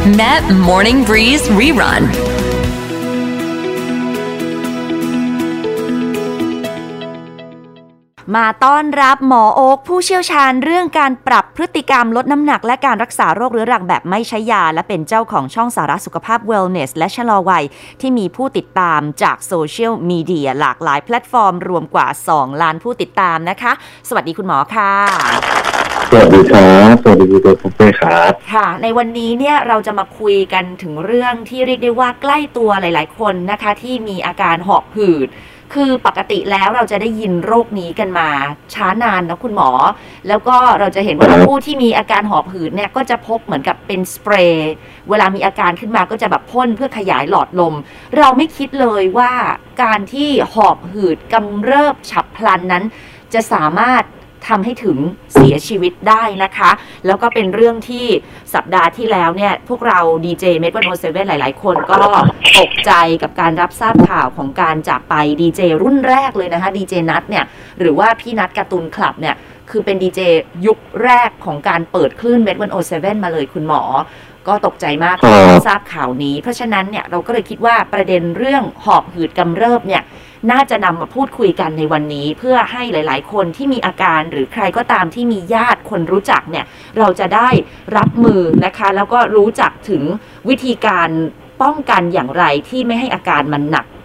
Met Morning Breeze Rerun มาต้อนรับหมอโอ๊คผู้เชี่ยวชาญเรื่องการปรับพฤติกรรมลดน้ำหนักและการรักษาโรคเรื้อรังแบบไม่ใช้ยาและเป็นเจ้าของช่องสาระสุขภาพ Wellness และชะลอวัยที่มีผู้ติดตามจากโซเชียลมีเดียหลากหลายแพลตฟอร์มรวมกว่า2 ล้านผู้ติดตามนะคะสวัสดีคุณหมอค่ะสวัสดีครับสวัสดีคุณเป้ครับค่ะในวันนี้เนี่ยเราจะมาคุยกันถึงเรื่องที่เรียกได้ว่าใกล้ตัวหลายๆคนนะคะที่มีอาการหอบหืดคือปกติแล้วเราจะได้ยินโรคนี้กันมาช้านานนะคุณหมอแล้วก็เราจะเห็นว่าผู้ที่มีอาการหอบหืดเนี่ยก็จะพกเหมือนกับเป็นสเปรย์เวลามีอาการขึ้นมาก็จะแบบพ่นเพื่อขยายหลอดลมเราไม่คิดเลยว่าการที่หอบหืดกำเริบฉับพลันนั้นจะสามารถทำให้ถึงเสียชีวิตได้นะคะแล้วก็เป็นเรื่องที่สัปดาห์ที่แล้วเนี่ยพวกเราดีเจเมดวันโอเซเว่นหลายๆคนก็ตกใจกับการรับทราบข่าวของการจากไปดีเจรุ่นแรกเลยนะคะดีเจนัทเนี่ยหรือว่าพี่นัทการ์ตูนคลับเนี่ยคือเป็นดีเจยุคแรกของการเปิดคลื่นเมดวันโอเซเว่นมาเลยคุณหมอก็ตกใจมากที่ทราบข่าวนี้เพราะฉะนั้นเนี่ยเราก็เลยคิดว่าประเด็นเรื่องหอบหืดกำเริบเนี่ยน่าจะนำมาพูดคุยกันในวันนี้เพื่อให้หลายๆคนที่มีอาการหรือใครก็ตามที่มีญาติคนรู้จักเนี่ยเราจะได้รับมือนะคะแล้วก็รู้จักถึงวิธีการป้องกันอย่างไรที่ไม่ให้อาการมันหนัก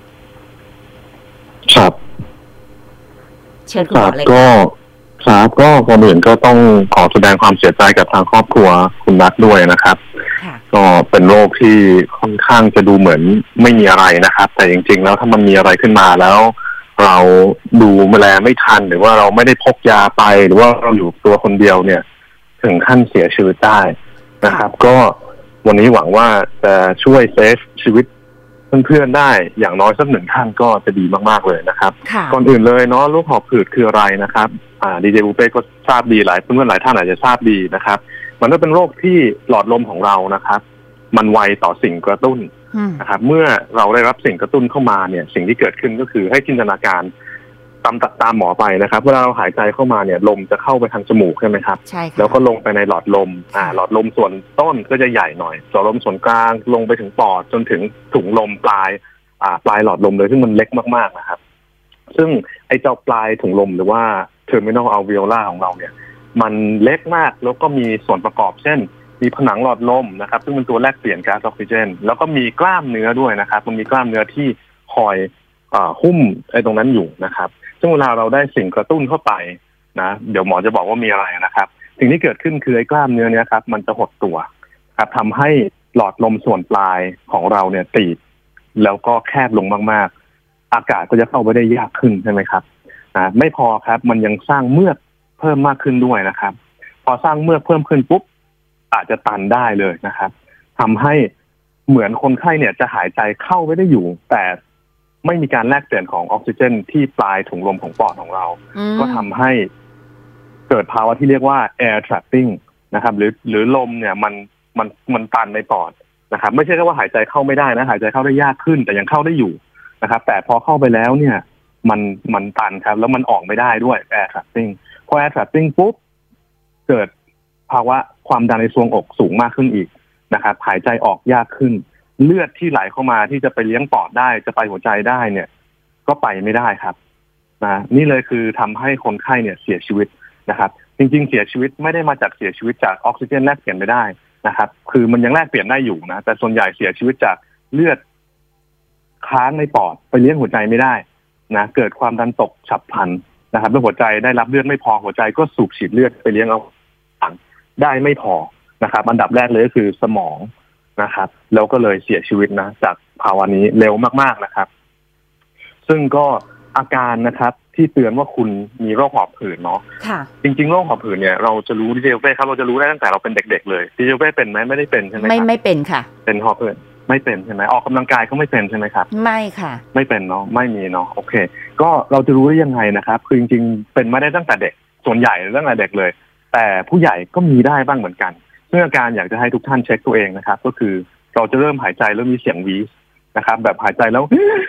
ครับเชิญคุณหมอเลยครับก็ก่อนอื่นก็ต้องขอแสดงความเสียใจกับทางครอบครัวคุณนัทด้วยนะครับก็เป็นโรคที่ค่อนข้างจะดูเหมือนไม่มีอะไรนะครับแต่จริงๆแล้วถ้ามันมีอะไรขึ้นมาแล้วเราดูแลไม่ทันหรือว่าเราไม่ได้พกยาไปหรือว่าเราอยู่ตัวคนเดียวเนี่ยถึงขั้นเสียชีวิตได้นะครับก็วันนี้หวังว่าจะช่วยเซฟชีวิตเพื่อนๆได้อย่างน้อยสัก1 ท่านก็จะดีมากๆเลยนะครับก่อนอื่นเลยเนาะโรคหอบหืดคืออะไรนะครับดีเจบุเป้ก็ทราบดีเพื่อนๆหลายท่านอาจจะทราบดีนะครับมันก็เป็นโรคที่หลอดลมของเรานะครับมันไวต่อสิ่งกระตุ้นนะครับเมื่อเราได้รับสิ่งกระตุ้นเข้ามาเนี่ยสิ่งที่เกิดขึ้นก็คือให้จินตนาการตามหมอไปนะครับเวลาเราหายใจเข้ามาเนี่ยลมจะเข้าไปทางจมูกใช่ไหมครับใช่ค่ะแล้วก็ลงไปในหลอดลมหลอดลมส่วนต้นก็จะใหญ่หน่อยหลอดลมส่วนกลางลงไปถึงปอดจนถึงถุงลมปลายหลอดลมเลยซึ่งมันเล็กมากๆนะครับซึ่งไอ้เจ้าปลายถุงลมหรือว่า terminal alveolar ของเราเนี่ยมันเล็กมากแล้วก็มีส่วนประกอบเช่นมีผนังหลอดลมนะครับซึ่งเป็นตัวแลกเปลี่ยนก๊าซออกซิเจนแล้วก็มีกล้ามเนื้อด้วยนะครับมันมีกล้ามเนื้อที่คอยหุ้มไอ้ตรงนั้นอยู่นะครับซึ่งเวลาเราได้สิ่งกระตุ้นเข้าไปนะเดี๋ยวหมอจะบอกว่ามีอะไรนะครับสิ่งที่เกิดขึ้นคือไอ้กล้ามเนื้อเนี้ยครับมันจะหดตัวครับทำให้หลอดลมส่วนปลายของเราเนี่ยตีบแล้วก็แคบลงมากๆอากาศก็จะเข้าไปได้ยากขึ้นใช่ไหมครับไม่พอครับมันยังสร้างเมือกเพิ่มมากขึ้นด้วยนะครับพอสร้างเมือกเพิ่มขึ้นปุ๊บอาจจะตันได้เลยนะครับทำให้เหมือนคนไข้เนี่ยจะหายใจเข้าไม่ได้อยู่แต่ไม่มีการแลกเปลี่ยนของออกซิเจนที่ปลายถุงลมของปอดของเราก็ทำให้เกิดภาวะที่เรียกว่า air trapping นะครับหรือลมเนี่ยมันตันในปอดนะครับไม่ใช่แค่ว่าหายใจเข้าไม่ได้นะหายใจเข้าได้ยากขึ้นแต่ยังเข้าได้อยู่นะครับแต่พอเข้าไปแล้วเนี่ยมันตันครับแล้วมันออกไม่ได้ด้วย air trapping พอ air trapping ปุ๊บเกิดภาวะความดันในทรวงอกสูงมากขึ้นอีกนะครับหายใจออกยากขึ้นเลือดที่ไหลเข้ามาที่จะไปเลี้ยงปอดได้จะไปหัวใจได้เนี่ยก็ไปไม่ได้ครับนี่เลยคือทำให้คนไข้เนี่ยเสียชีวิตนะครับจริงๆเสียชีวิตไม่ได้มาจากเสียชีวิตจากออกซิเจนแลกเปลี่ยนไม่ได้นะครับคือมันยังแลกเปลี่ยนได้อยู่นะแต่ส่วนใหญ่เสียชีวิตจากเลือดค้างในปอดไปเลี้ยงหัวใจไม่ได้นะเกิดความดันตกฉับพลันนะครับแล้วหัวใจได้รับเลือดไม่พอหัวใจก็สูบฉีดเลือดไปเลี้ยงเอาได้ไม่พอนะครับอันดับแรกเลยก็คือสมองนะครับแล้วก็เลยเสียชีวิตนะจากภาวะนี้เร็วมากๆนะครับซึ่งก็อาการนะครับที่เตือนว่าคุณมีโรคหอบหืดเนาะจริงๆโรคหอบหืดเนี่ยเราจะรู้ดิเจเป้ครับเราจะรู้ได้ตั้งแต่เราเป็นเด็กๆเลยดิเจเป้เป็นไหมไม่ได้เป็นใช่ไหมไม่เป็นค่ะเป็นหอบหืดไม่เป็นใช่ไหมออกกำลังกายก็ไม่เป็นใช่ไหมครับไม่ค่ะไม่เป็นเนาะไม่มีเนาะโอเคก็เราจะรู้ได้ยังไงนะครับคือจริงๆเป็นไม่ได้ตั้งแต่เด็กส่วนใหญ่ตั้งแต่เด็กเลยแต่ผู้ใหญ่ก็มีได้บ้างเหมือนกันซึ่งอาการอยากจะให้ทุกท่านเช็คตัวเองนะครับก็คือเราจะเริ่มหายใจแล้วมีเสียงวีสนะครับแบบหายใจแล้ว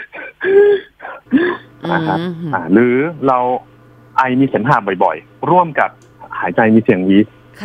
นะครับหรือเราไอมีเสมหะบ่อยๆร่วมกับหายใจมีเสียงวีส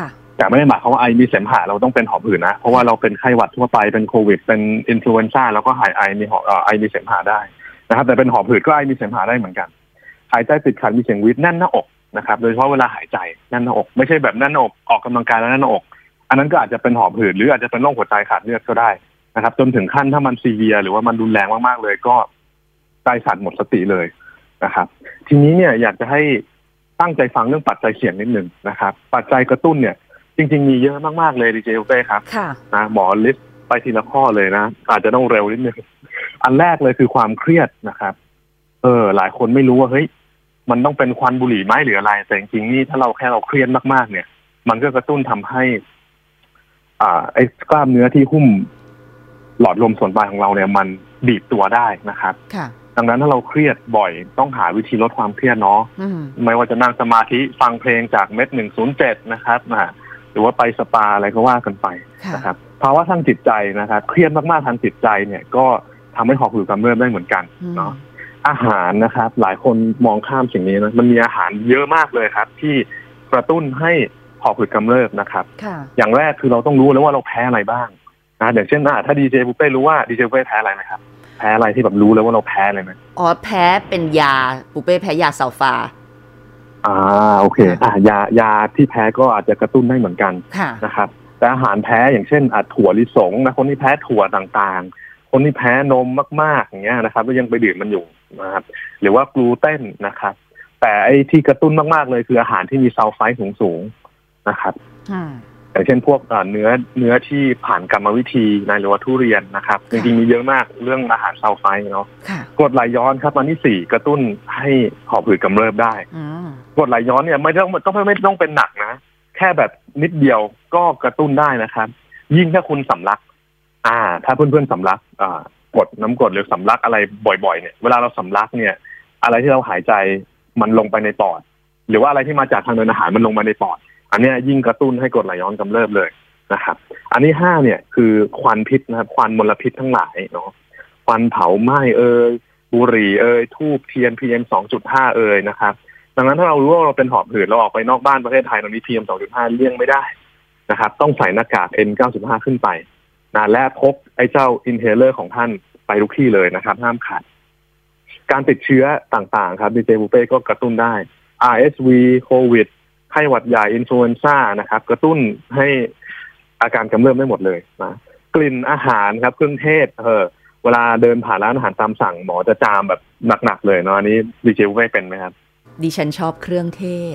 แต่ไม่ได้หมายความว่าไอมีเสมหะเราต้องเป็นหอบหืดนะเพราะว่าเราเป็นไข้หวัดทั่วไปเป็นโควิดเป็นอินฟลูเอนซ่าแล้วก็หายไอมีไอมีเสมหะได้นะครับแต่เป็นหอบหืดก็ไอมีเสมหะได้เหมือนกันหายใจติดขัดมีเสียงวีดแน่นหน้าอกนะครับโดยเฉพาะเวลาหายใจแน่นหน้าอกไม่ใช่แบบแน่นหน้าอกออกกำลังกายแล้วแน่นหน้าอกอันนั้นก็อาจจะเป็นหอบหืดหรืออาจจะเป็นโรคหัวใจขาดเลือดก็ได้นะครับจนถึงขั้นถ้ามันซีเวียหรือว่ามันรุนแรงมากๆเลยก็ใจสั่นหมดสติเลยนะครับทีนี้เนี่ยอยากจะให้ตั้งใจฟังเรื่องปัจจัยเสี่ยงนิดนึงนะครับปัจจัยกระตุ้นเนี่ยจริงๆมีเยอะมากๆเลยดีเจเป้ครับนะหมอลิสต์ไปทีละข้อเลยนะอาจจะต้องเร็วนิดนึงอันแรกเลยคือความเครียดนะครับหลายคนไม่รู้ว่าเฮ้ยมันต้องเป็นควันบุหรี่ไหมหรืออะไรแต่จริงๆนี่ถ้าเราเครียดมากๆเนี่ยมันก็กระตุ้นทำให้ไอ้กล้ามเนื้อที่หุ้มหลอดลมส่วนปลายของเราเนี่ยมันบีบตัวได้นะครับดังนั้นถ้าเราเครียดบ่อยต้องหาวิธีลดความเครียดเนาะไม่ว่าจะนั่งสมาธิฟังเพลงจากเม็ด107นะครับหรือว่าไปสปาอะไรก็ว่ากันไปนะครับภาวะทางจิตใจนะครับเครียดมากๆทางจิตใจเนี่ยก็ทำให้หอบหืดกำเริบได้เหมือนกันเนาะอาหารนะครับหลายคนมองข้ามสิ่งนี้นะมันมีอาหารเยอะมากเลยครับที่กระตุ้นให้หอบหืดกำเริบนะครับอย่างแรกคือเราต้องรู้แล้วว่าเราแพ้อะไรบ้างนะอย่างเช่นถ้าดีเจบุฟเป้รู้ว่าดีเจบุฟเป้แพ้อะไรไหมครับแพ้อะไรที่แบบรู้แล้วว่าเราแพ้อะไรไหมแพ้เป็นยาบุฟเป้แพ้ยาซัลฟาโอเคยาที่แพ้ก็อาจจะกระตุ้นได้เหมือนกันนะครับแต่อาหารแพ้อย่างเช่นถั่วลิสงนะคนที่แพ้ถั่วต่างๆคนที่แพ้นมมากๆอย่างเงี้ยนะครับแล้วยังไปดื่มมันอยู่นะครับหรือว่ากลูเตนนะครับแต่ไอ้ที่กระตุ้นมากๆเลยคืออาหารที่มีซัลไฟด์สูงๆนะครับอย่างเช่นพวกเนื้อที่ผ่านกรรมวิธีในหรือว่าทุเรียนนะครับจริงๆมีเยอะมากเรื่องอาหารซัลไฟด์เนาะกรดไหลย้อนครับอันที่4กระตุ้นให้หอบหืดกำเริบได้กรดไหลย้อนเนี่ยไม่ต้องเป็นหนักนะแค่แบบนิดเดียวก็กระตุ้นได้นะครับยิ่งถ้าคุณสำลักถ้าเพื่อนๆสำลักกดน้ำกรดหรือสำลักอะไรบ่อยๆเนี่ยเวลาเราสำลักเนี่ยอะไรที่เราหายใจมันลงไปในปอดหรือว่าอะไรที่มาจากทางเดินอาหารมันลงมาในปอดอันนี้ยิ่งกระตุ้นให้กรดไหลย้อนกำเริบเลยนะครับอันที่5เนี่ยคือควันพิษนะครับควันมลพิษทั้งหลายเนาะควันเผาไหม้บุหรี่ธูปเทียน PM 2.5 นะครับดังนั้นถ้าเรารู้ว่าเราเป็นหอบหืดเราออกไปนอกบ้านประเทศไทยตอนนี้ PM 2.5 เลี่ยงไม่ได้นะครับต้องใส่หน้ากาก N95 ขึ้นไปนะและพกไอ้เจ้าอินเฮเลอร์ของท่านไปทุกที่เลยนะครับห้ามขาดการติดเชื้อต่างๆครับดีเจบุฟเป้ก็กระตุ้นได้ RSV โควิดไข้หวัดใหญ่อินฟลูเอนซ่านะครับกระตุ้นให้อาการกำเริบได้หมดเลยนะกลิ่นอาหารครับเครื่องเทศเวลาเดินผ่านร้านอาหารตามสั่งหมอจะจามแบบหนักๆเลยเนาะอันนี้ดีเจบุฟเป้เป็นไหมครับดิฉันชอบเครื่องเทศ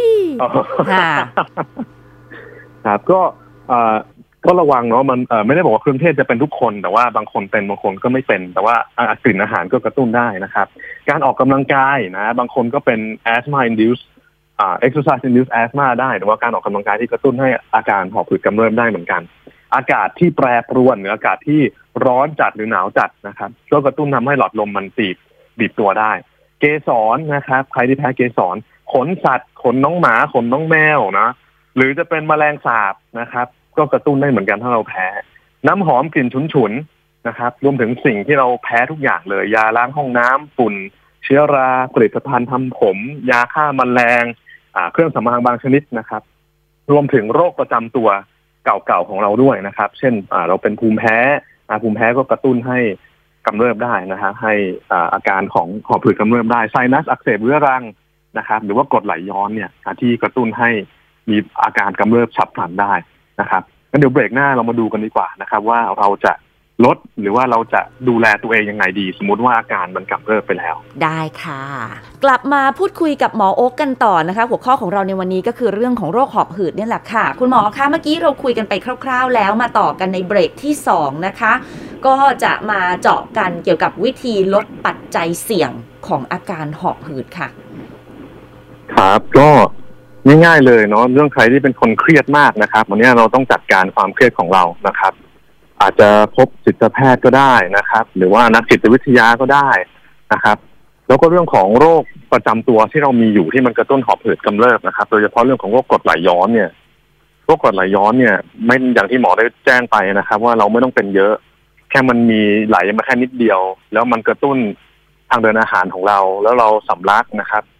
ครับก็ระวังเนาะมันไม่ได้บอกว่าเครื่องเทศจะเป็นทุกคนแต่ว่าบางคนเป็นบางคนก็ไม่เป็นแต่ว่ากลิ่นอาหารก็กระตุ้นได้นะครับการออกกำลังกายนะบางคนก็เป็น asthma induced exercise induced asthma ได้หรือว่าการออกกำลังกายที่กระตุ้นให้อาการหอบหืดกำเริบได้เหมือนกันอากาศที่แปรปรวนหรืออากาศที่ร้อนจัดหรือหนาวจัดนะครับก็กระตุ้นทำให้หลอดลมมันบีบตัวได้เกสรนะครับใครที่แพ้เกสรขนสัตว์ขนน้องหมาขนน้องแมวนะหรือจะเป็นแมลงสาบนะครับก็กระตุ้นได้เหมือนกันถ้าเราแพ้น้ำหอมกลิ่นฉุนๆนะครับรวมถึงสิ่งที่เราแพ้ทุกอย่างเลยยาล้างห้องน้ำฝุ่นเชื้อราผลิตภัณฑ์ทำผมยาฆ่าแมลงเครื่องสำอางบางชนิดนะครับรวมถึงโรคประจำตัวเก่าๆของเราด้วยนะครับเช่นเราเป็นภูมิแพ้ก็กระตุ้นให้กำเริบได้นะฮะให้อาการของหอบหืดกำเริบได้ไซนัสอักเสบเรื้อรังนะครับหรือว่ากรดไหลย้อนเนี่ยที่กระตุ้นให้มีอาการกำเริบฉับพลันได้นะครับงั้นเดี๋ยวเบรกหน้าเรามาดูกันดีกว่านะครับว่าเราจะลดหรือว่าเราจะดูแลตัวเองยังไงดีสมมุติว่าอาการมันกำเริบไปแล้วได้ค่ะกลับมาพูดคุยกับหมอโอ๊กกันต่อนะคะหัวข้อของเราในวันนี้ก็คือเรื่องของโรคหอบหืดนี่แหละค่ะคุณหมอคะเมื่อกี้เราคุยกันไปคร่าวๆแล้วมาต่อกันในเบรกที่2นะคะก็จะมาเจาะกันเกี่ยวกับวิธีลดปัจจัยเสี่ยงของอาการหอบหืดค่ะครับก็ง่ายๆเลยเนาะเรื่องใครที่เป็นคนเครียดมากนะครับวันนี้เราต้องจัดการความเครียดของเรานะครับอาจจะพบจิตแพทย์ก็ได้นะครับหรือว่านักจิตวิทยาก็ได้นะครับแล้วก็เรื่องของโรคประจำตัวที่เรามีอยู่ที่มันกระตุ้นหอบหืดกำเริบนะครับโดยเฉพาะเรื่องของโรคกรดไหลย้อนเนี่ยโรคกรดไหลย้อนเนี่ยไม่อย่างที่หมอได้แจ้งไปนะครับว่าเราไม่ต้องเป็นเยอะแค่มันมีไหลมาแค่นิดเดียวแล้วมันกระตุ้นทางเดินอาหารของเราแล้วเราสำลักนะครับ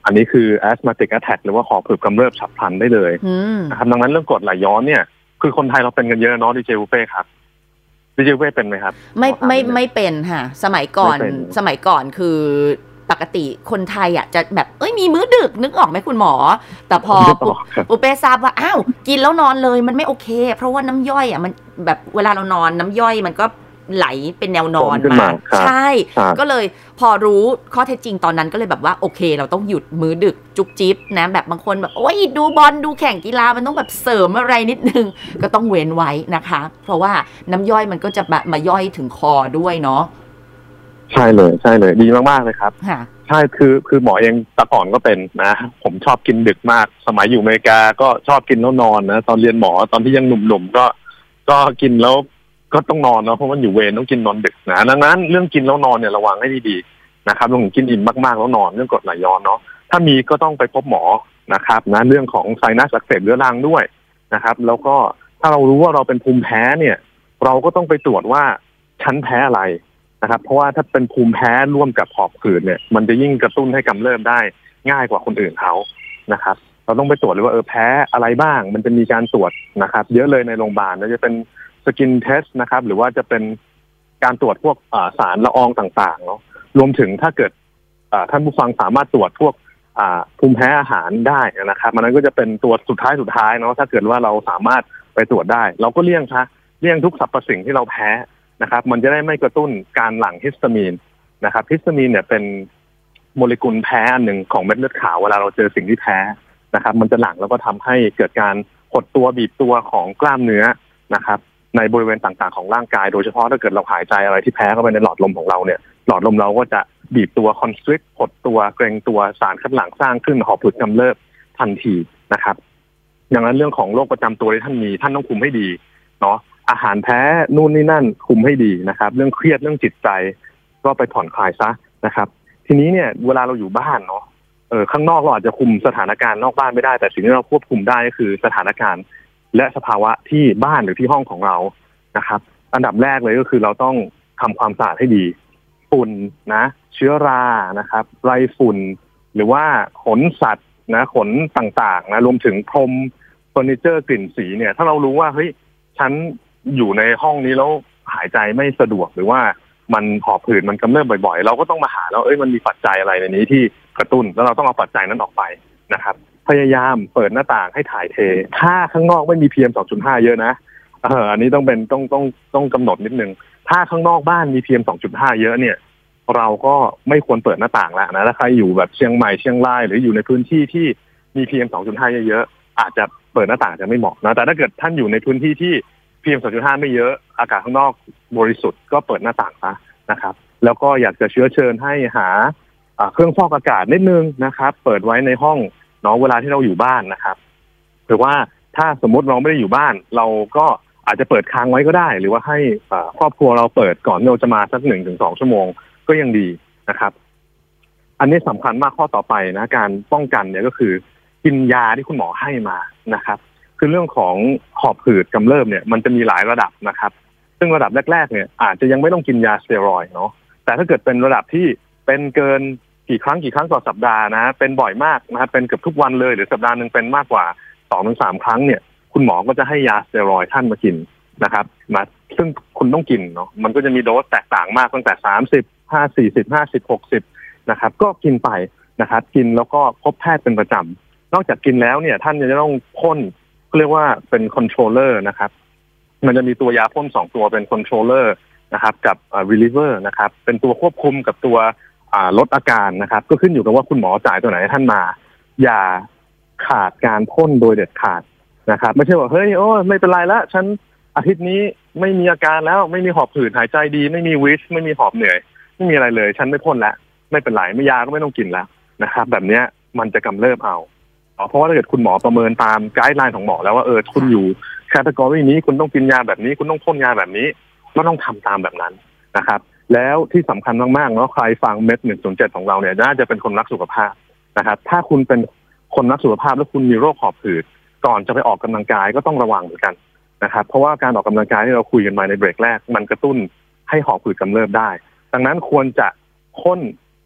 อันนี้คือ asthmatic attack หรือว่าหอบหืดกำเริบฉับพลันได้เลยนะครับดังนั้นเรื่องกรดไหลย้อนเนี่ยคือคนไทยเราเป็นกันเยอะเนาะดีเจบุฟเฟ่ครับดีเจบุฟเฟ่เป็นไหมครับไม่เป็นค่ะสมัยก่อนคือปกติคนไทยอ่ะจะแบบมีมื้อดึกนึกออกไหมคุณหมอแต่พอปุ๊บเป้ทราบว่าอ้าวกินแล้วนอนเลยมันไม่โอเคเพราะว่าน้ำย่อยอ่ะมันแบบเวลาเรานอนน้ำย่อยมันก็ไหลเป็นแนวนอนมาใช่ก็เลยพอรู้ข้อเท็จจริงตอนนั้นก็เลยแบบว่าโอเคเราต้องหยุดมื้อดึกจุ๊บจิ๊บนะแบบบางคนแบบโอ้ยดูบอลดูแข่งกีฬามันต้องแบบเสริมอะไรนิดนึงก็ต้องเว้นไว้นะคะเพราะว่าน้ำย่อยมันก็จะแบบมาย่อยถึงคอด้วยเนาะใช่เลยดีมากๆเลยครับใช่คือหมอเองแต่ก่อนก็เป็นนะผมชอบกินดึกมากสมัยอยู่อเมริกาก็ชอบกินแล้วนอนนะตอนเรียนหมอตอนที่ยังหนุ่มๆก็กินแล้วก็ต้องนอนเนาะเพราะมันอยู่เวรต้องกินนอนดึกนะดังนั้นเรื่องกินแล้วนอนเนี่ยระวังให้ดีๆนะครับลงกินอิ่มมากๆแล้วนอนเรื่องกรดไหลย้อนเนาะถ้ามีก็ต้องไปพบหมอนะครับนะเรื่องของไซนัสอักเสบเรื้อรังด้วยนะครับแล้วก็ถ้าเรารู้ว่าเราเป็นภูมิแพ้เนี่ยเราก็ต้องไปตรวจว่าฉันแพ้อะไรนะครับเพราะว่าถ้าเป็นภูมิแพ้ร่วมกับหอบหืดเนี่ยมันจะยิ่งกระตุ้นให้กำเริบได้ง่ายกว่าคนอื่นเขานะครับเราต้องไปตรวจเลยว่าแพ้อะไรบ้างมันจะมีการตรวจนะครับเยอะเลยในโรงพยาบาลจะเป็นสกินเทสนะครับหรือว่าจะเป็นการตรวจพวกสารละอองต่างๆเนาะรวมถึงถ้าเกิดท่านผู้ฟังสามารถตรวจพวกภูมิแพ้อาหารได้นะครับมันก็จะเป็นตัวสุดท้ายเนาะถ้าเกิดว่าเราสามารถไปตรวจได้เราก็เลี่ยงทุกสรรพสิ่งที่เราแพ้นะครับมันจะได้ไม่กระตุ้นการหลั่งฮิสตามีนนะครับฮิสตามีนเนี่ยเป็นโมเลกุลแพ้อันหนึ่งของเม็ดเลือดขาวเวลาเราเจอสิ่งที่แพ้นะครับมันจะหลั่งแล้วก็ทำให้เกิดการหดตัวบีบตัวของกล้ามเนื้อนะครับในบริเวณต่างๆของร่างกายโดยเฉพาะถ้าเกิดเราหายใจอะไรที่แพ้เข้าไปในหลอดลมของเราเนี่ยหลอดลมเราก็จะบีบตัวคอนสตริกหดตัวเกร็งตัวสารคัดหลั่งสร้างขึ้นหอบหืดกำเริบทันทีนะครับอย่างนั้นเรื่องของโรคประจำตัวที่ท่านมีท่านต้องคุมให้ดีเนาะอาหารแพ้นู่นนี่นั่นคุมให้ดีนะครับเรื่องเครียดเรื่องจิตใจก็ไปผ่อนคลายซะนะครับทีนี้เนี่ยเวลาเราอยู่บ้านเนาะข้างนอกเราอาจจะคุมสถานการณ์นอกบ้านไม่ได้แต่สิ่งที่เราควบคุมได้ก็คือสถานการณ์และสภาวะที่บ้านหรือที่ห้องของเรานะครับอันดับแรกเลยก็คือเราต้องทำความสะอาดให้ดีฝุ่นนะเชื้อรานะครับไรฝุ่นหรือว่าขนสัตว์นะขนต่างๆนะรวมถึงพรมเฟอร์นิเจอร์กลิ่นสีเนี่ยถ้าเรารู้ว่าเฮ้ยฉันอยู่ในห้องนี้แล้วหายใจไม่สะดวกหรือว่ามันหอบหืดมันกำเริบบ่อยๆเราก็ต้องมาหาแล้วมันมีปัจจัยอะไรในนี้ที่กระตุ้นแล้วเราต้องเอาปัจจัยนั้นออกไปนะครับพยายามเปิดหน้าต่างให้ถ่ายเทถ้าข้างนอกไม่มี PM 2.5 เยอะนะอันนี้ต้องกำหนดนิดนึงถ้าข้างนอกบ้านมี PM 2.5 เยอะเนี่ยเราก็ไม่ควรเปิดหน้าต่างแล้วนะถ้าใครอยู่แบบเชียงใหม่เชียงรายหรืออยู่ในพื้นที่ที่มี PM 2.5 เยอะๆอาจจะเปิดหน้าต่างจะไม่เหมาะนะแต่ถ้าเกิดท่านอยู่ในพื้นที่ที่ PM 2.5 ไม่เยอะอากาศข้างนอกบริสุทธิ์ก็เปิดหน้าต่างซะนะครับแล้วก็อยากจะเชื้อเชิญให้หาเครื่องฟอกอากาศนิดนึงนะครับเปิดไว้ในห้องเนาะเวลาที่เราอยู่บ้านนะครับหรือว่าถ้าสมมติเราไม่ได้อยู่บ้านเราก็อาจจะเปิดค้างไว้ก็ได้หรือว่าให้ครอบครัวเราเปิดก่อนเราจะมาสัก 1-2 ชั่วโมงก็ยังดีนะครับอันนี้สำคัญมากข้อต่อไปนะการป้องกันเนี่ยก็คือกินยาที่คุณหมอให้มานะครับคือเรื่องของหอบหืดกำเริบเนี่ยมันจะมีหลายระดับนะครับซึ่งระดับแรกๆเนี่ยอาจจะยังไม่ต้องกินยาสเตียรอยด์เนาะแต่ถ้าเกิดเป็นระดับที่เป็นเกินกี่ครั้งต่อสัปดาห์นะเป็นบ่อยมากนะครับเป็นเกือบทุกวันเลยหรือสัปดาห์นึงเป็นมากกว่า 2-3 ครั้งเนี่ยคุณหมอก็จะให้ยาสเตียรอยด์ท่านมากินนะครับมาซึ่งคุณต้องกินเนาะมันก็จะมีโดสแตกต่างมากตั้งแต่30 50 50 60นะครับก็กินไปนะครับกินแล้วก็พบแพทย์เป็นประจำนอกจากกินแล้วเนี่ยท่านจะต้องพ่นเรียกว่าเป็นคอนโทรลเลอร์นะครับมันจะมีตัวยาพ่น2ตัวเป็นคอนโทรลเลอร์นะครับกับรีลิเวอร์นะครับเป็นตัวควบคุมกับตัวลดอาการนะครับก็ขึ้นอยู่กับว่าคุณหมอจ่ายตัวไหนให้ท่านมาอย่าขาดการพ่นโดยเด็ดขาดนะครับไม่ใช่ว่าเฮ้ยโอ้ไม่เป็นไรละฉันอาทิตย์นี้ไม่มีอาการแล้วไม่มีหอบหืดหายใจดีไม่มีวิชไม่มีหอบเหนื่อยไม่มีอะไรเลยฉันไม่พ่นแล้วไม่เป็นไรไม่ยาก็ไม่ต้องกินแล้วนะครับแบบนี้มันจะกำเริบเอาเพราะว่าถ้าเกิดคุณหมอประเมินตามไกด์ไลน์ของหมอแล้วว่าคุณอยู่แคตตากรีนี้คุณต้องกินยาแบบนี้คุณต้องพ่นยาแบบนี้ก็ต้องทำตามแบบนั้นนะครับแล้วที่สำคัญมากๆเนาะใครฟังเม็ด107ของเราเนี่ยน่าจะเป็นคนรักสุขภาพนะครับถ้าคุณเป็นคนรักสุขภาพแล้วคุณมีโรคหอบหืดก่อนจะไปออกกำลังกายก็ต้องระวังเหมือนกันนะครับเพราะว่าการออกกำลังกายที่เราคุยกันมาในเบรกแรกมันกระตุ้นให้หอบหืดกำเริบได้ดังนั้นควรจะพ่น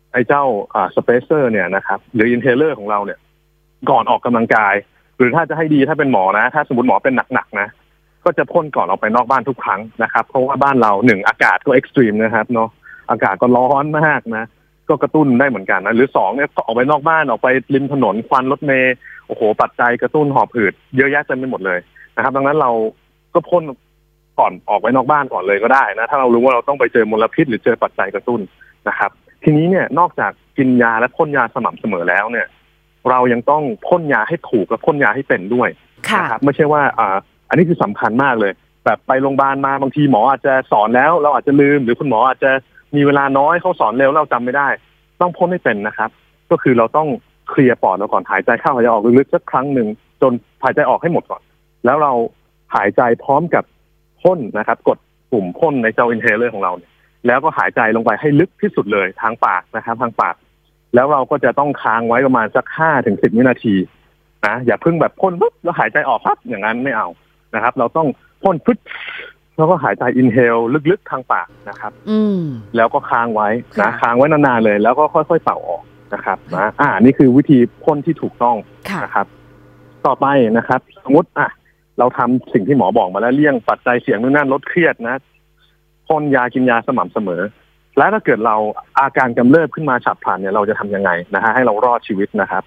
ไอ้เจ้าสเปเซอร์เนี่ยนะครับหรืออินเทเลอร์ของเราเนี่ยก่อนออกกำลังกายหรือถ้าจะให้ดีถ้าเป็นหมอนะถ้าสมมติหมอเป็นหนักๆนะก็จะพ่นก่อนออกไปนอกบ้านทุกครั้งนะครับเพราะว่าบ้านเรา1อากาศก็เอ็กซ์ตรีมนะครับเนาะอากาศก็ร้อนมากนะก็กระตุ้นได้เหมือนกันนะหรือ2เนี่ยออกไปนอกบ้านออกไปริมถนนควันรถเมล์โอ้โหปัจจัยกระตุ้นหอบหืดเยอะแยะเต็มไปหมดเลยนะครับดังนั้นเราก็พ่นก่อนออกไปนอกบ้านก่อนเลยก็ได้นะถ้าเรารู้ว่าเราต้องไปเจอมลพิษหรือเจอปัจจัยกระตุ้นนะครับทีนี้เนี่ยนอกจากกินยาและพ่นยาสม่ำเสมอแล้วเนี่ยเรายังต้องพ่นยาให้ถูกและพ่นยาให้เป็นด้วยนะครับไม่ใช่ว่าอันนี้คือสำคัญมากเลยแบบไปโรงพยาบาลมาบางทีหมออาจจะสอนแล้วเราอาจจะลืมหรือคุณหมออาจจะมีเวลาน้อยเขาสอนเร็วเราจำไม่ได้ต้องพ่นให้เป็นนะครับก็คือเราต้องเคลียร์ปอดเราก่อนหายใจเข้าหายใจออกลึกๆสักครั้งหนึ่งจนหายใจออกให้หมดก่อนแล้วเราหายใจพร้อมกับพ่นนะครับกดปุ่มพ่นในเจ้าอินเฮเลอร์ของเราเนี่ยแล้วก็หายใจลงไปให้ลึกที่สุดเลยทางปากนะครับทางปากแล้วเราก็จะต้องค้างไว้ประมาณสัก5-10 วินาทีนะอย่าเพิ่งแบบพ่นปุ๊บแล้วหายใจออกปั๊บอย่างนั้นไม่เอานะครับเราต้องพ่นปึ๊บแล้วก็หายใจอินเฮลลึกๆทางปากนะครับแล้วก็ค้างไว้นะค้างไว้นานๆเลยแล้วก็ค่อยๆเป่าออกนะครับนะนี่คือวิธีพ่นที่ถูกต้องนะครับต่อไปนะครับสมมติเราทำสิ่งที่หมอบอกมาแล้วเลี่ยงปัจจัยเสี่ยงนู่นนั่นลดเครียดนะพ่นยากินยาสม่ำเสมอแล้วถ้าเกิดเราอาการกำเริบขึ้นมาฉับพลันเนี่ยเราจะทำยังไงนะฮะให้เรารอดชีวิตนะครับ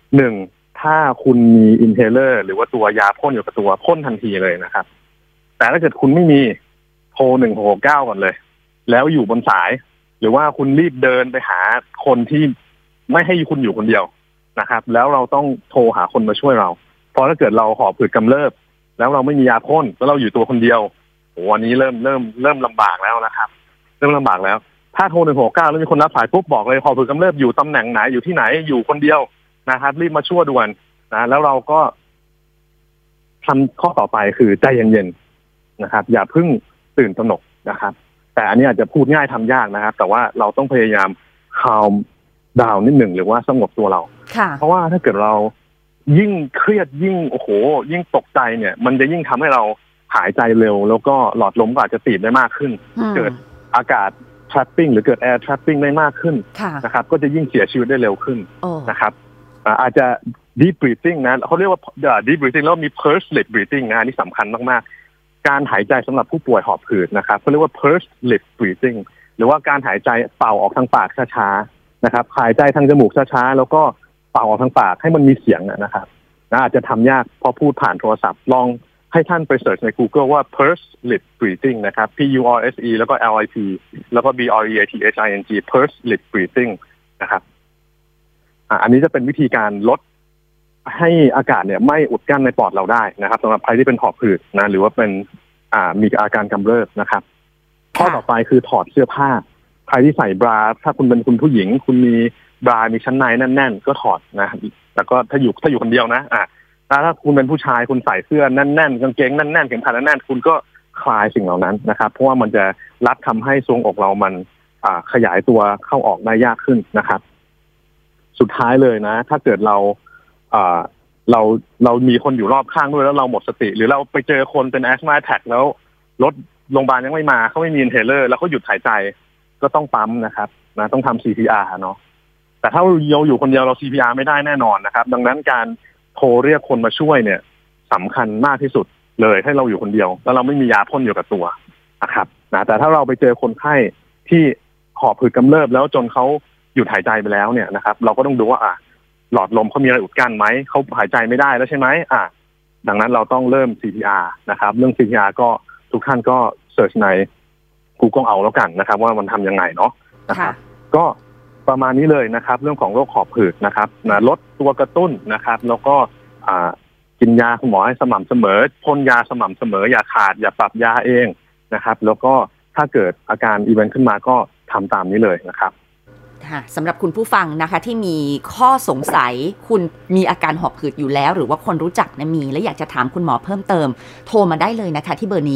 1ถ้าคุณมีอินเฮเลอร์หรือว่าตัวยาพ่นอยู่กับตัวพ่นทันทีเลยนะครับแต่ถ้าเกิดคุณไม่มีโทร169ก่อนเลยแล้วอยู่บนสายหรือว่าคุณรีบเดินไปหาคนที่ไม่ให้คุณอยู่คนเดียวนะครับแล้วเราต้องโทรหาคนมาช่วยเราเพราะถ้าเกิดเราหอบผืดกำเริบแล้วเราไม่มียาพ่นแล้วเราอยู่ตัวคนเดียววันนี้เริ่มลำบากแล้วนะครับเริ่มลำบากแล้วถ้าโทร169แล้วมีคนรับสายปุ๊บบอกเลยหอบผืดกำเริบอยู่ตำแหน่งไหนอยู่ที่ไหนอยู่คนเดียวนะครับรีบมาช่วยด่วนนะแล้วเราก็ทำข้อต่อไปคือใจเย็นๆนะครับอย่าเพิ่งตื่นตระหนกนะครับแต่อันนี้อาจจะพูดง่ายทำยากนะครับแต่ว่าเราต้องพยายามcalm downนิดหนึ่งหรือว่าสงบตัวเราเพราะว่าถ้าเกิดเรายิ่งเครียดยิ่งโอ้โหยิ่งตกใจเนี่ยมันจะยิ่งทำให้เราหายใจเร็วแล้วก็หลอดลมก็อาจจะตีบได้มากขึ้นเกิดอากาศ trapping หรือเกิด air trapping ได้มากขึ้นนะครับก็จะยิ่งเสียชีวิตได้เร็วขึ้นนะครับอาจจะ deep breathing นะเขาเรียกว่า deep breathing แล้วมี pursed lip breathing นะนี่สำคัญมากๆการหายใจสำหรับผู้ป่วยหอบหืดนะครับเขาเรียกว่า pursed lip breathing หรือว่าการหายใจเป่าออกทางปากช้าๆนะครับหายใจทางจมูกช้าๆแล้วก็เป่าออกทางปากให้มันมีเสียงนะครับอาจจะทำยากพอพูดผ่านโทรศัพท์ลองให้ท่านไปเสิร์ชใน Google ว่า pursed lip breathing นะครับ PURSE แล้วก็ LIP แล้วก็ BREATHING pursed lip breathing นะครับอันนี้จะเป็นวิธีการลดให้อากาศเนี่ยไม่อุดกั้นในปอดเราได้นะครับสำหรับใครที่เป็นหอบหืดนะหรือว่าเป็นมีอาการกำเริบนะครับข้อต่อไปคือถอดเสื้อผ้าใครที่ใส่บราถ้าคุณเป็นคุณผู้หญิงคุณมีบรามีชั้นในแน่นๆก็ถอดนะแล้วก็ถ้าอยู่คนเดียวนะถ้าคุณเป็นผู้ชายคุณใส่เสื้อแน่นๆกางเกงแน่นๆเข็มขัดแน่นๆคุณก็คลายสิ่งเหล่านั้นนะครับเพราะว่ามันจะรัดทำให้ทรวงอกเรามันขยายตัวเข้าออกได้ยากขึ้นนะครับสุดท้ายเลยนะถ้าเกิดเรามีคนอยู่รอบข้างด้วยแล้วเราหมดสติหรือเราไปเจอคนเป็น asthma attack แล้วรถโรงพยาบาลยังไม่มาเขาไม่มีอินเฮเลอร์แล้วเขาหยุดหายใจก็ต้องปั๊มนะครับนะต้องทำ CPR เนาะแต่ถ้าเราอยู่คนเดียวเรา CPR ไม่ได้แน่นอนนะครับดังนั้นการโทรเรียกคนมาช่วยเนี่ยสำคัญมากที่สุดเลยให้เราอยู่คนเดียวแล้วเราไม่มียาพ่นอยู่กับตัวนะครับนะแต่ถ้าเราไปเจอคนไข้ที่หอบหืดกำเริบแล้วจนเขาหยุดหายใจไปแล้วเนี่ยนะครับเราก็ต้องดูว่าหลอดลมเขามีอะไรอุดกั้นไหมเขาหายใจไม่ได้แล้วใช่ไหมดังนั้นเราต้องเริ่ม CPR นะครับเรื่อง CPR ก็ทุกท่านก็เสิร์ชใน Google เอาแล้วกันนะครับว่ามันทำยังไงเนาะนะครับก็ประมาณนี้เลยนะครับเรื่องของโรคหอบหืดนะครับลดตัวกระตุ้นนะครับแล้วก็กินยาคุณหมอให้สม่ำเสมอพ่นยาสม่ำเสมออย่าขาดอย่าปรับยาเองนะครับแล้วก็ถ้าเกิดอาการอีเวนต์ขึ้นมาก็ทำตามนี้เลยนะครับสำหรับคุณผู้ฟังนะคะที่มีข้อสงสัยคุณมีอาการหอบหืดอยู่แล้วหรือว่าคนรู้จักนะมีและอยากจะถามคุณหมอเพิ่มเติมโทรมาได้เลยนะคะที่เบอร์นี้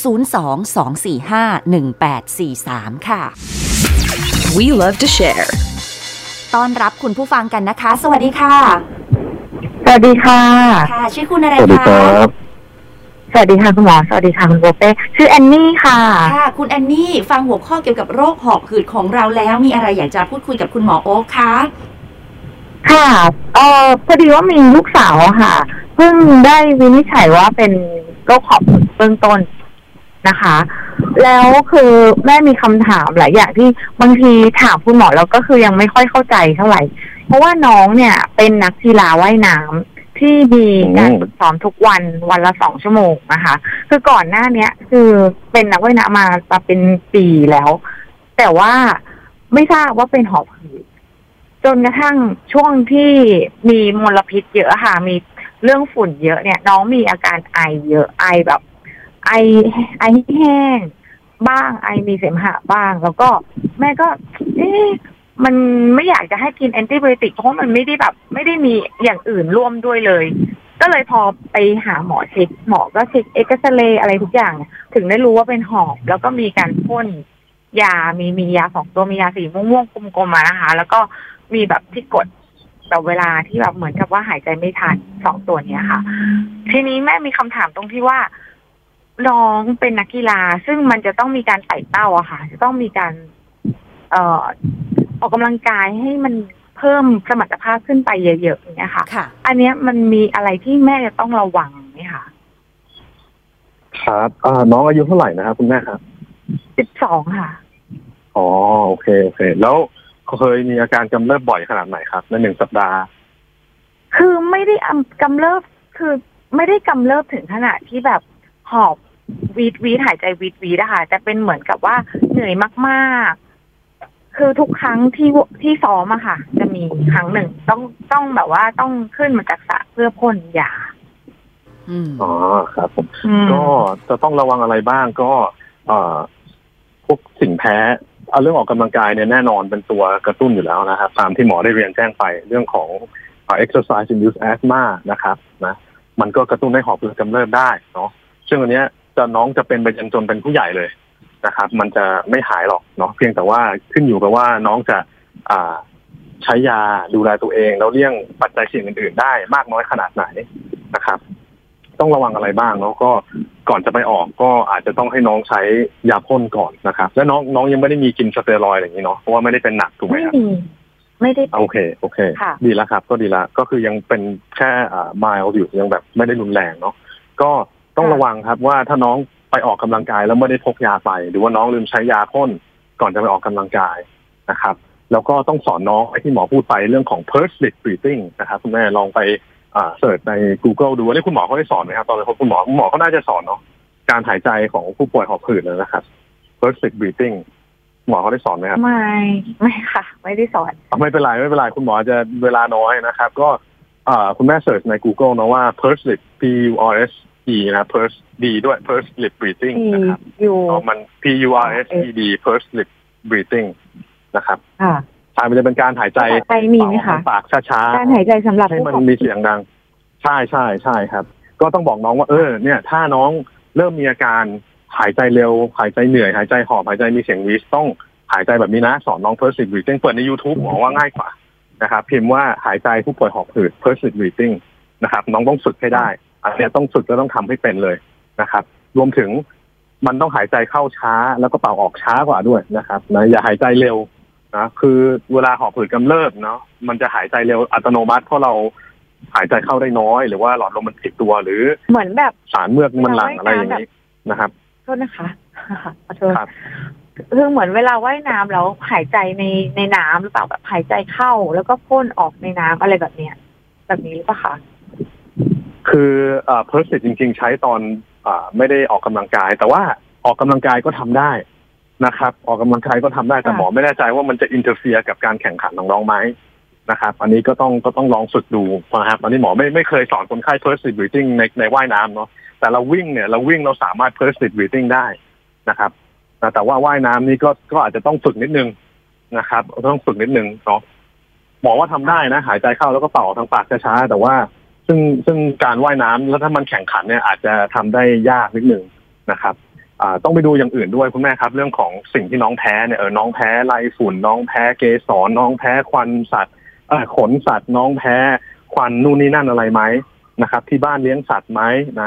022451843 ค่ะ We love to share ต้อนรับคุณผู้ฟังกันนะคะสวัสดีค่ะสวัสดีค่ะค่ะชื่อคุณอะไรคะสวัสดีครับสวัสดีค่ะคุณหมอสวัสดีค่ะคุณโบเป้ชื่อแอนนี่ค่ะค่ะคุณแอนนี่ฟังหัวข้อเกี่ยวกับโรคหอบหืดของเราแล้วมีอะไรอยากจะพูดคุยกับคุณหมอโอ๊คคะค่ะพอดีว่ามีลูกสาวค่ะเพิ่งได้วินิจฉัยว่าเป็นโรคหอบหืดเบื้องต้นนะคะแล้วคือแม่มีคำถามหลายอย่างที่บางทีถามคุณหมอแล้วก็คือยังไม่ค่อยเข้าใจเท่าไหร่เพราะว่าน้องเนี่ยเป็นนักกีฬาว่ายน้ำที่มีการฝึกซ้อมทุกวันวันละ2 ชั่วโมงนะคะคือก่อนหน้านี้คือเป็นนักว่ายน้ำมาเป็นปีแล้ว แต่ว่าไม่ทราบว่าเป็นหอบหืดจนกระทั่งช่วงที่มีมลพิษเยอะค่ะมีเรื่องฝุ่นเยอะเนี่ยน้องมีอาการไอเยอะไอแบบไอแห้งบ้างไอมีเสมหะบ้างแล้วก็แม่ก็มันไม่อยากจะให้กินแอนติไบโอติกเพราะมันไม่ได้มีอย่างอื่นร่วมด้วยเลยก็เลยพอไปหาหมอเช็คหมอก็เช็คเอ็กซเรย์อะไรทุกอย่างถึงได้รู้ว่าเป็นหอบแล้วก็มีการพ่นยามียา2 ตัวมียาสีม่วงๆกลมๆมานะคะแล้วก็มีแบบที่กดแบบเวลาที่แบบเหมือนกับว่าหายใจไม่ทัน2 ตัวเนี้ยค่ะทีนี้แม่มีคำถามตรงที่ว่าน้องเป็นนักกีฬาซึ่งมันจะต้องมีการไต่เต้าอะค่ะจะต้องมีการออกกำลังกายให้มันเพิ่มสมรรถภาพขึ้นไปเยอะๆอย่างเงี้ยค่ะอันเนี้ยมันมีอะไรที่แม่จะต้องระวังไหมคะครับน้องอายุเท่าไหร่นะครับคุณแม่ครับ 12ค่ะอ๋อโอเคแล้วเคยมีอาการกำเริบบ่อยขนาดไหนครับใน1 สัปดาห์คือไม่ได้กำเริบคือไม่ได้กำเริบถึงขนาดที่แบบหอบวีดหายใจวีดนะคะแต่เป็นเหมือนกับว่าเหนื่อยมากๆคือทุกครั้งที่ซ้อมอะค่ะจะมีครั้งหนึ่งต้องแบบว่าต้องขึ้นมาจากสระเพื่อพ่นยาอ๋อครับผมก็จะต้องระวังอะไรบ้างก็พวกสิ่งแพ้เรื่องออกกำลังกายเนี่ยแน่นอนเป็นตัวกระตุ้นอยู่แล้วนะครับตามที่หมอได้เรียนแจ้งไปเรื่องของexercise induced asthma นะครับนะมันก็กระตุ้นให้หอบหืดกำเริบได้เนาะซึ่งอันเนี้ยน้องจะเป็นไปจนเป็นผู้ใหญ่เลยนะครับมันจะไม่หายหรอกเนาะเพียงแต่ว่าขึ้นอยู่กับว่าน้องจะใช้ยาดูแลตัวเองแล้วเลี่ยงปัจจัยเสี่ยงอื่นๆได้มากน้อยขนาดไหนนะครับต้องระวังอะไรบ้างเนาะก็ก่อนจะไปออกก็อาจจะต้องให้น้องใช้ยาพ่นก่อนนะครับและน้องยังไม่ได้มีกินสเตียรอยด์อะไรอย่างนี้เนาะเพราะว่าไม่ได้เป็นหนักถูกไหมครับไม่ได้โอเคดีแล้วครับก็ดีแล้วก็คือยังเป็นแค่mild อยู่ยังแบบไม่ได้รุนแรงเนาะก็ต้องระวังครับว่าถ้าน้องไปออกกำลังกายแล้วไม่ได้พกยาไปหรือว่าน้องลืมใช้ยาพ่นก่อนจะไปออกกำลังกายนะครับแล้วก็ต้องสอนน้องที่หมอพูดไปเรื่องของ pursed lip breathing นะครับคุณแม่ลองไปเสิร์ชใน Google ดูว่าคุณหมอเขาได้สอนไหมครับตอนนี้คุณหมอเขาน่าจะสอนเนาะการหายใจของผู้ป่วยหอบหืดนะครับ pursed lip breathing หมอเขาได้สอนไหมครับไม่ค่ะไม่ได้สอนไม่เป็นไรคุณหมอจะเวลาน้อยนะครับก็คุณแม่เสิร์ชใน Google นะว่า pursed lip PURSE นะ pursed D ด้วย pursed lip breathing นะครับมัน PURSED pursed lip breathing นะครับมันจะเป็นการหายใจมีไหมคะปากช้าๆการหายใจสำหรับให้มันมีเสียงดังใช่ครับก็ต้องบอกน้องว่าเนี่ยถ้าน้องเริ่มมีอาการหายใจเร็วหายใจเหนื่อยหายใจหอบหายใจมีเสียงวีสต้องหายใจแบบนี้นะสอนน้อง pursed lip breathing เปิดใน YouTube หมอว่าง่ายกว่านะครับพิมพ์ว่าหายใจผู้ป่วยหอบหืด pursed lip breathing นะครับน้องต้องฝึกให้ได้อันนี้ต้องฝึกแล้วต้องทำให้เป็นเลยนะครับรวมถึงมันต้องหายใจเข้าช้าแล้วก็เป่าออกช้ากว่าด้วยนะครับนะอย่าหายใจเร็วนะคือเวลาหอบหืดกำเริบเนาะมันจะหายใจเร็วอัตโนมัติเพราะเราหายใจเข้าได้น้อยหรือว่าหลอดลมมันผิดตัวหรือเหมือนแบบสารเมือกมันหลั่งอะไรอย่างนี้นะครับโทษนะคะขอโทษคือเหมือนเวลาว่ายน้ำแล้วหายใจในน้ำหรือเปล่าแบบหายใจเข้าแล้วก็พ่นออกในน้ำอะไรแบบเนี้ยแบบนี้หรือเปล่าคะคือpursed lip จริงๆใช้ตอนไม่ได้ออกกำลังกายแต่ว่าออกกำลังกายก็ทำได้นะครับออกกำลังกายก็ทำได้แต่หมอไม่แน่ใจว่ามันจะอินเตอร์เฟียร์กับการแข่งขันของน้องไหมนะครับอันนี้ก็ต้องลองฝึกดูนะครับอันนี้หมอไม่เคยสอนคนไข้ pursed lip breathing ในว่ายน้ำเนาะแต่เราวิ่งเราสามารถ pursed lip breathing ได้นะครับแต่ว่าว่ายน้ำนี่ก็อาจจะต้องฝึกนิดนึงนะครับต้องฝึกนิดนึงเนาะหมอว่าทำได้นะหายใจเข้าแล้วก็เป่าทางปากช้าๆแต่ว่าซึ่งการว่ายน้ำแล้วถ้ามันแข่งขันเนี่ยอาจจะทำได้ยากนิดนึงนะครับต้องไปดูอย่างอื่นด้วยคุณแม่ครับเรื่องของสิ่งที่น้องแพ้เนี่ยน้องแพ้ไรฝุ่นน้องแพ้เกสรน้องแพ้ควันสัตว์ขนสัตว์น้องแพ้ควันนู่นนี่นั่นอะไรไหมนะครับที่บ้านเลี้ยงสัตว์ไหมนะ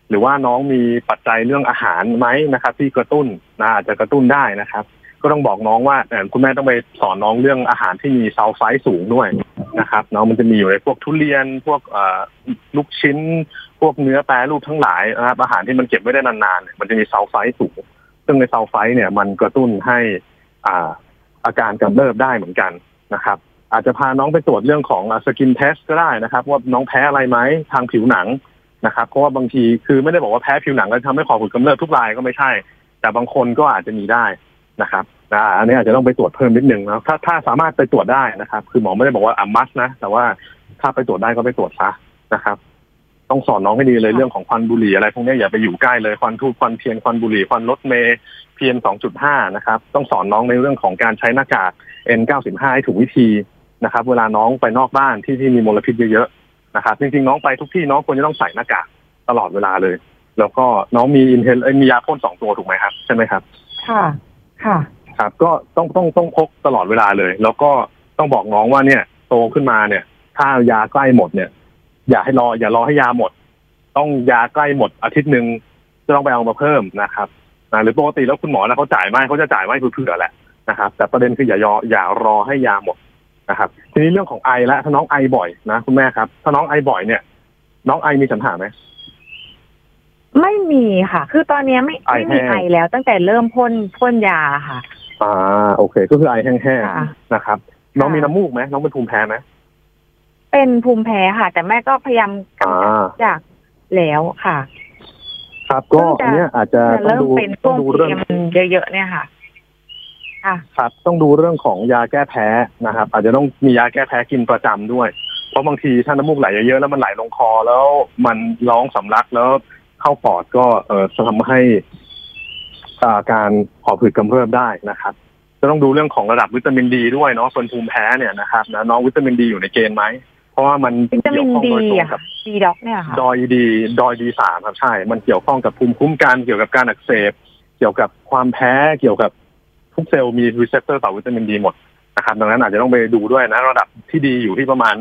หรือว่าน้องมีปัจจัยเรื่องอาหารไหมนะครับที่กระตุ้นอาจจะกระตุ้นได้นะครับก็ต้องบอกน้องว่าคุณแม่ต้องไปสอนน้องเรื่องอาหารที่มีซัลไฟต์สูงด้วยนะครับน้องมันจะมีอยู่ในพวกทุเรียนพวกลูกชิ้นพวกเนื้อแปรรูปทั้งหลายนะครับอาหารที่มันเก็บไว้ได้นานๆมันจะมีซัลไฟต์สูงซึ่งในซัลไฟต์เนี่ยมันกระตุ้นให้อาการกำเริบได้เหมือนกันนะครับอาจจะพาน้องไปตรวจเรื่องของสกินเทสก็ได้นะครับว่าน้องแพ้อะไรไหมทางผิวหนังนะครับเพราะว่าบางทีคือไม่ได้บอกว่าแพ้ผิวหนังแล้วทำให้หอบหืดกำเริบทุกรายก็ไม่ใช่แต่บางคนก็อาจจะมีได้นะครับอันนี้อาจจะต้องไปตรวจเพิ่มนิดนึงนะถ้าสามารถไปตรวจได้นะครับคือหมอไม่ได้บอกว่ามัสนะแต่ว่าถ้าไปตรวจได้ก็ไปตรวจซะนะครับต้องสอนน้องให้ดีเลยเรื่องของควันบุหรี่อะไรพวกนี้อย่าไปอยู่ใกล้เลยควันทูบควันเทียนควันบุหรี่ควันรถเมล์ PM 2.5 นะครับต้องสอนน้องในเรื่องของการใช้หน้ากาก N95 ให้ถูกวิธีนะครับเวลาน้องไปนอกบ้านที่มีมลพิษเยอะๆนะครับจริงๆน้องไปทุกที่น้องควรจะต้องใส่หน้ากากตลอดเวลาเลยแล้วก็น้องมีมียาพ่น2 ตัวถูกไหมครับใช่ไหมครับค่ะครับก็ต้องพกตลอดเวลาเลยแล้วก็ต้องบอกน้องว่าเนี่ยโตขึ้นมาเนี่ยถ้ายาใกล้หมดเนี่ยอย่ารอให้ยาหมดต้องยาใกล้หมดอาทิตย์นึงจะต้องไปเอามาเพิ่มนะครับหรือปกติแล้วคุณหมอแล้วเขาจ่ายไม่เขาจะจ่ายไม่เผื่อแหละนะครับแต่ประเด็นคืออย่ารอให้ยาหมดนะครับทีนี้เรื่องของไอแล้วถ้าน้องไอบ่อยนะคุณแม่ครับถ้าน้องไอบ่อยเนี่ยน้องไอมีปัญหาไหมไม่มีค่ะคือตอนนี้ไม่มีไอแล้วตั้งแต่เริ่มพ่นยาค่ะโอเคก็คือไอแห้งๆนะครับน้องมีน้ำมูกไหมน้องเป็นภูมิแพ้ไหมเป็นภูมิแพ้ค่ะแต่แม่ก็พยายามกำจัดจากแล้วค่ะครับก็อันนี้อาจจะต้องดูเรื่องเยอะๆเนี่ยค่ะครับต้องดูเรื่องของยาแก้แพ้นะครับอาจจะต้องมียาแก้แพ้กินประจำด้วยเพราะบางทีถ้าน้ำมูกไหลเยอะๆแล้วมันไหลลงคอแล้วมันร้องสำลักแล้วเข้าปอดก็จะทำให้การหอบหืดกำเริบได้นะครับจะต้องดูเรื่องของระดับวิตามินดีด้วยเนาะคนภูมิแพ้เนี่ยนะครับน้องวิตามินดีอยู่ในเกณฑ์ไหมเพราะว่ามันเกี่ยวข้องโดยตรงกับดีด็อกเนี่ยค่ะดอยดี3ครับใช่มันเกี่ยวข้องกับภูมิคุ้มกันเกี่ยวกับการอักเสบเกี่ยวกับความแพ้เกี่ยวกับทุกเซลล์มีรีเซพเตอร์ต่อวิตามินดีหมดนะครับดังนั้นอาจจะต้องไปดูด้วยนะระดับที่ดีอยู่ที่ประมาณ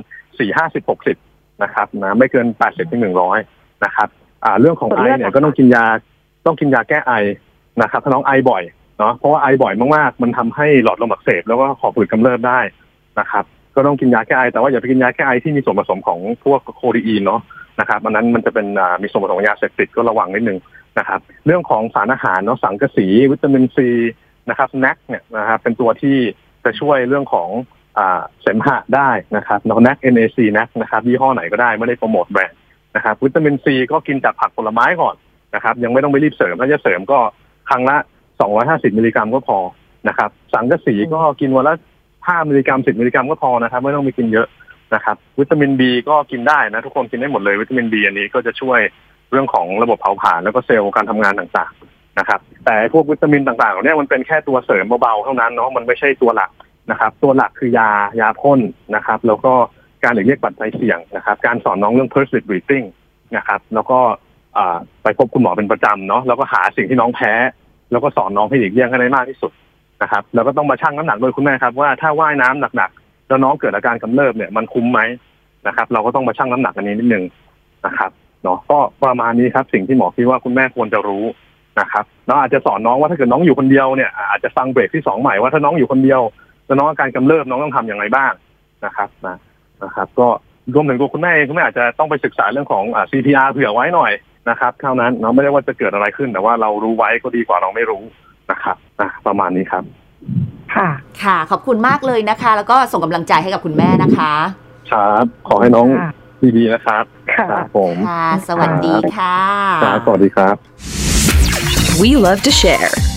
4-50-60นะครับนะไม่เกิน80-100นะครับเรื่องของไอเนี่ยก็ต้องกินยาแก้ไอนะครับถ้าน้องไอบ่อยเนาะเพราะว่าไอบ่อยมากๆมันทำให้หลอดลมอักเสบแล้วก็หอบหืดกำเริบได้นะครับก็ต้องกินยาแก้ไอแต่ว่าอย่าไปกินยาแก้ไอที่มีส่วนผสมของพวกโคดีอีนเนาะนะครับอันนั้นมันจะเป็นมีส่วนผสมของยาเสพติดก็ระวังนิดนึงนะครับเรื่องของสารอาหารเนาะสังกะสีวิตามินซีนะครับแนคเนี่ยนะครับเป็นตัวที่จะช่วยเรื่องของเสมหะได้นะครับแนค NAC แนคนะครับยี่ห้อไหนก็ได้ไม่ได้โปรโมทแบรนด์นะครับวิตามินซีก็กินจากผักผลไม้ก่อนนะครับยังไม่ต้องไปรีบเสริมถ้าจะเสริมก็ครั้งละ250 มิลลิกรัมก็พอนะครับสังกะสีก็กินวันละ5 มิลลิกรัม 10 มิลลิกรัมก็พอนะครับไม่ต้องไปกินเยอะนะครับวิตามิน B ก็กินได้นะทุกคนกินได้หมดเลยวิตามิน B อันนี้ก็จะช่วยเรื่องของระบบเผาผลาญแล้วก็เซลล์การทำงานต่างๆนะครับแต่พวกวิตามินต่างๆเหล่านี้มันเป็นแค่ตัวเสริมเบาๆเท่านั้นเนาะมันไม่ใช่ตัวหลักนะครับตัวหลักคือยาพ่นนะครับแล้วก็การหลีกเลี่ยงปัจจัยเสี่ยงนะครับการสอนน้องเรื่อง Persist breathing นะครับแล้วก็ไปพบคุณหมอเป็นประจำเนาะแล้วก็หาสิ่งที่น้องแพ้แล้วก็สอนน้องให้หลีกเลี่ยงให้ได้มากที่สุดนะครับแล้วก็ต้องมาชั่งน้ำหนักโดยคุณแม่ครับว่าถ้าว่ายน้ำหนักๆแล้วน้องเกิดอาการกำเริบเนี่ยมันคุ้มไหมนะครับเราก็ต้องมาชั่งน้ำหนักอันนี้นิดนึงนะครับเนาะก็ประมาณนี้ครับสิ่งที่หมอคิดว่าคุณแม่ควรจะรู้นะครับเราอาจจะสอนน้องว่าถ้าเกิดน้องอยู่คนเดียวเนี่ยอาจจะฟังเบรกที่2ใหม่ว่าถ้าน้องอยู่คนเดียวแล้วน้องอาการกำเริบน้องต้องทำอย่างไรบ้างนะครับก็รวมถึงตัวคุณแม่อาจจะต้องไปศึกษาเรื่องของCPR เผื่อไว้หน่อยนะครับเท่านั้นเนาะไม่ได้ว่าจะเกิดอะไรขึ้นแต่ว่าเรารู้ไว้ก็ดีกว่าเราไม่รู้นะครับประมาณนี้ครับค่ะขอบคุณมากเลยนะคะแล้วก็ส่งกำลังใจให้กับคุณแม่นะคะครับขอให้น้องดีๆนะครับครับผมค่ะสวัสดีค่ะสวัสดีครับ We love to share